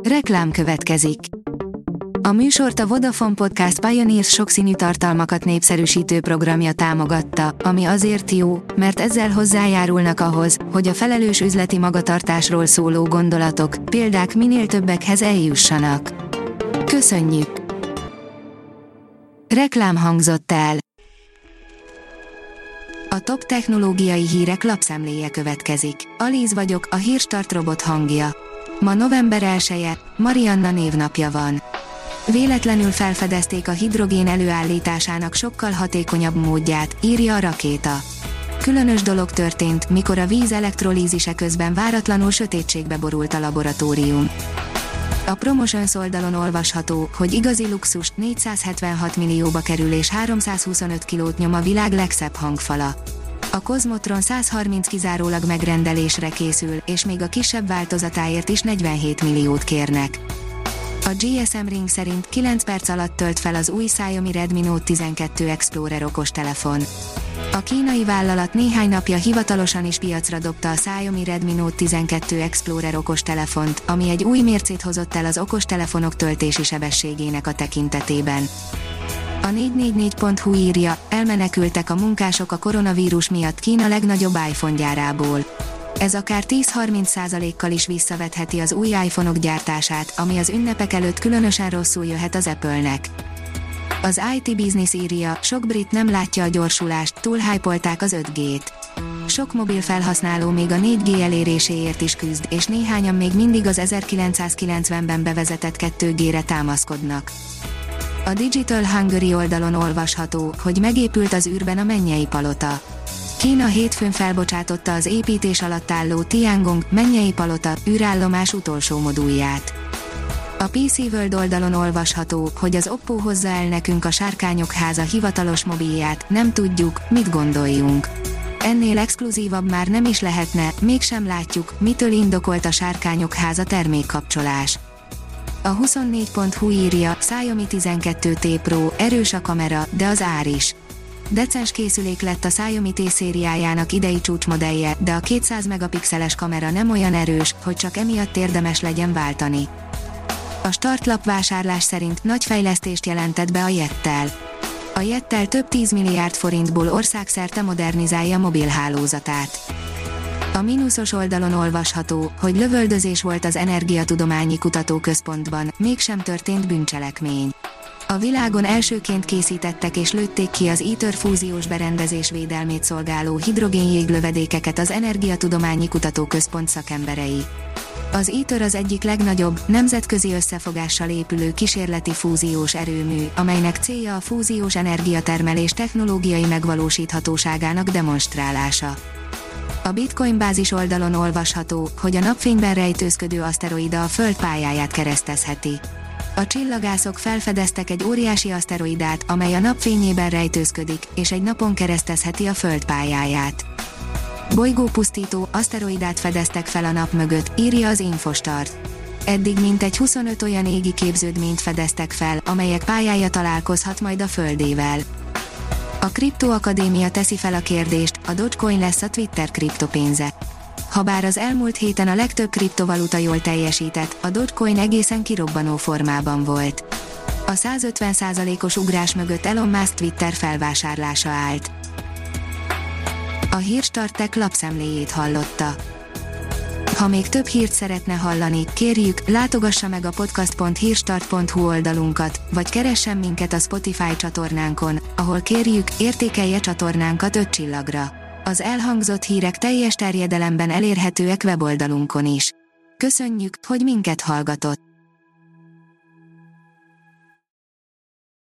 Reklám következik. A műsort a Vodafone Podcast Pioneers sokszínű tartalmakat népszerűsítő programja támogatta, ami azért jó, mert ezzel hozzájárulnak ahhoz, hogy a felelős üzleti magatartásról szóló gondolatok, példák minél többekhez eljussanak. Köszönjük! Reklám hangzott el. A top technológiai hírek lapszemléje következik. Alíz vagyok, a Hírstart robot hangja. Ma november 1-e, Marianna névnapja van. Véletlenül felfedezték a hidrogén előállításának sokkal hatékonyabb módját, írja a Rakéta. Különös dolog történt, mikor a víz elektrolízise közben váratlanul sötétségbe borult a laboratórium. A Promotions oldalon olvasható, hogy igazi luxus, 476 millióba kerül és 325 kilót nyom a világ legszebb hangfala. A Cosmotron 130 kizárólag megrendelésre készül, és még a kisebb változatáért is 47 milliót kérnek. A GSM Ring szerint 9 perc alatt tölt fel az új Xiaomi Redmi Note 12 Explorer okostelefon. A kínai vállalat néhány napja hivatalosan is piacra dobta a Xiaomi Redmi Note 12 Explorer okostelefont, ami egy új mércét hozott el az okostelefonok töltési sebességének a tekintetében. A 444.hu írja, elmenekültek a munkások a koronavírus miatt Kína legnagyobb iPhone gyárából. Ez akár 10-30%-kal is visszavetheti az új iPhone-ok gyártását, ami az ünnepek előtt különösen rosszul jöhet az Apple-nek. Az IT Business írja, sok brit nem látja a gyorsulást, túlhypolták az 5G-t. Sok mobil felhasználó még a 4G eléréséért is küzd, és néhányan még mindig az 1990-ben bevezetett 2G-re támaszkodnak. A Digital Hungary oldalon olvasható, hogy megépült az űrben a mennyei palota. Kína hétfőn felbocsátotta az építés alatt álló Tiangong mennyei palota űrállomás utolsó modulját. A PC World oldalon olvasható, hogy az Oppo hozza el nekünk a Sárkányok háza hivatalos mobilját, nem tudjuk, mit gondoljunk. Ennél exkluzívabb már nem is lehetne, mégsem látjuk, mitől indokolt a Sárkányok háza termékkapcsolás. A 24.hu írja, Xiaomi 12T Pro, erős a kamera, de az ár is. Decens készülék lett a Xiaomi T-szériájának idei csúcsmodellje, de a 200 megapixeles kamera nem olyan erős, hogy csak emiatt érdemes legyen váltani. A startlap vásárlás szerint nagy fejlesztést jelentett be a Yettel. A Yettel több 10 milliárd forintból országszerte modernizálja mobilhálózatát. A mínuszos oldalon olvasható, hogy lövöldözés volt az Energiatudományi Kutatóközpontban, mégsem történt bűncselekmény. A világon elsőként készítettek és lőtték ki az ITER fúziós berendezés védelmét szolgáló hidrogénjéglövedékeket az Energiatudományi Kutatóközpont szakemberei. Az ITER az egyik legnagyobb, nemzetközi összefogással épülő kísérleti fúziós erőmű, amelynek célja a fúziós energiatermelés technológiai megvalósíthatóságának demonstrálása. A Bitcoin bázis oldalon olvasható, hogy a napfényben rejtőzködő aszteroida a Föld pályáját keresztezheti. A csillagászok felfedeztek egy óriási aszteroidát, amely a napfényében rejtőzködik, és egy napon keresztezheti a Föld pályáját. Bolygópusztító aszteroidát fedeztek fel a nap mögött, írja az Infostart. Eddig mintegy 25 olyan égi képződményt fedeztek fel, amelyek pályája találkozhat majd a Földével. A Kriptoakadémia teszi fel a kérdést, a Dogecoin lesz a Twitter kriptopénze. Habár az elmúlt héten a legtöbb kriptovaluta jól teljesített, a Dogecoin egészen kirobbanó formában volt. A 150%-os ugrás mögött Elon Musk Twitter felvásárlása állt. A Hírstart Tech lapszemléjét hallotta. Ha még több hírt szeretne hallani, kérjük, látogassa meg a podcast.hírstart.hu oldalunkat, vagy keressen minket a Spotify csatornánkon, ahol kérjük, értékelje csatornánkat 5 csillagra. Az elhangzott hírek teljes terjedelemben elérhetőek weboldalunkon is. Köszönjük, hogy minket hallgatott!